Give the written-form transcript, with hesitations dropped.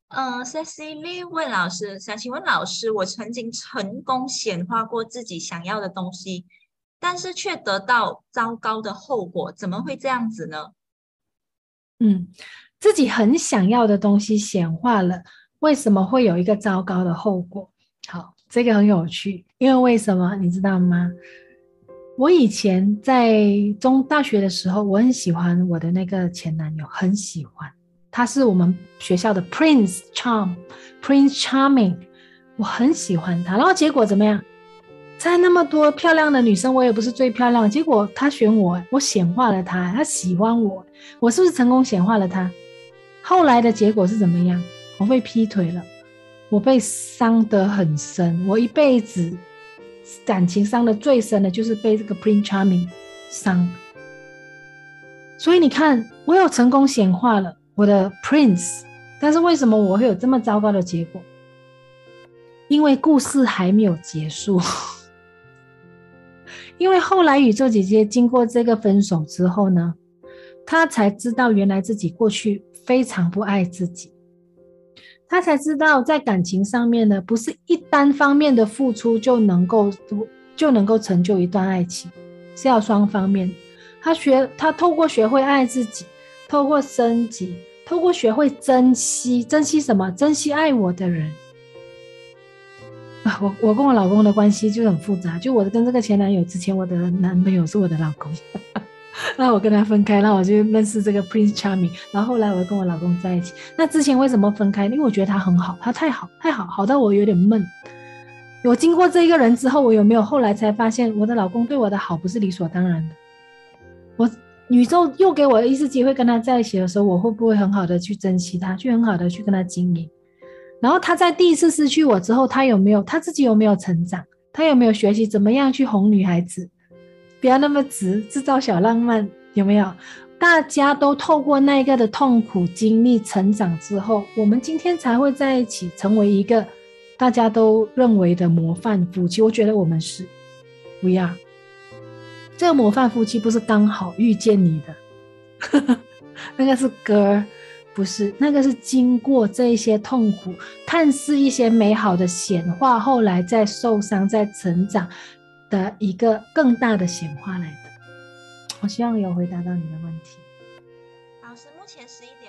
Cecily 问老师，想请问老师，我曾经成功显化过自己想要的东西，但是却得到糟糕的后果，怎么会这样子呢？ 嗯，自己很想要的东西显化了，为什么会有一个糟糕的后果？好，这个很有趣，因为为什么你知道吗？我以前在大学的时候，我很喜欢我的那个前男友，很喜欢，他是我们学校的 Prince Charming，我很喜欢他。然后结果怎么样？在那么多漂亮的女生，我也不是最漂亮，结果他选我，我显化了他，他喜欢我，我是不是成功显化了他？后来的结果是怎么样？我被劈腿了，我被伤得很深，我一辈子感情伤得最深的就是被这个 Prince Charming 伤。所以你看，我有成功显化了我的 Prince，但是为什么我会有这么糟糕的结果？因为故事还没有结束。因为后来宇宙姐姐经过这个分手之后呢，她才知道原来自己过去非常不爱自己，她才知道在感情上面呢，不是一单方面的付出就能够成就一段爱情，是要双方面。她透过学会爱自己，透过升级，透过学会珍惜，珍惜什么？珍惜爱我的人。我跟我老公的关系就很复杂，就我跟这个前男友之前，我的男朋友是我的老公，那我跟他分开，那我就认识这个 Prince Charming，然后后来我跟我老公在一起。那之前为什么分开？因为我觉得他很好，他太好太好，好到我有点闷。我经过这一个人之后，我有没有后来才发现，我的老公对我的好不是理所当然的。我宇宙又给我一次机会跟他在一起的时候，我会不会很好的去珍惜他，去很好的去跟他经营？然后他在第一次失去我之后，他自己有没有成长？他有没有学习怎么样去哄女孩子？不要那么直，制造小浪漫，有没有？大家都透过那个的痛苦经历成长之后，我们今天才会在一起，成为一个大家都认为的模范夫妻。我觉得我们是，we are。这个模范夫妻不是刚好遇见你的，那个是歌，不是，那个是经过这一些痛苦，看似一些美好的显化，后来再受伤、再成长的一个更大的显化来的。我希望有回答到你的问题。 老师，目前11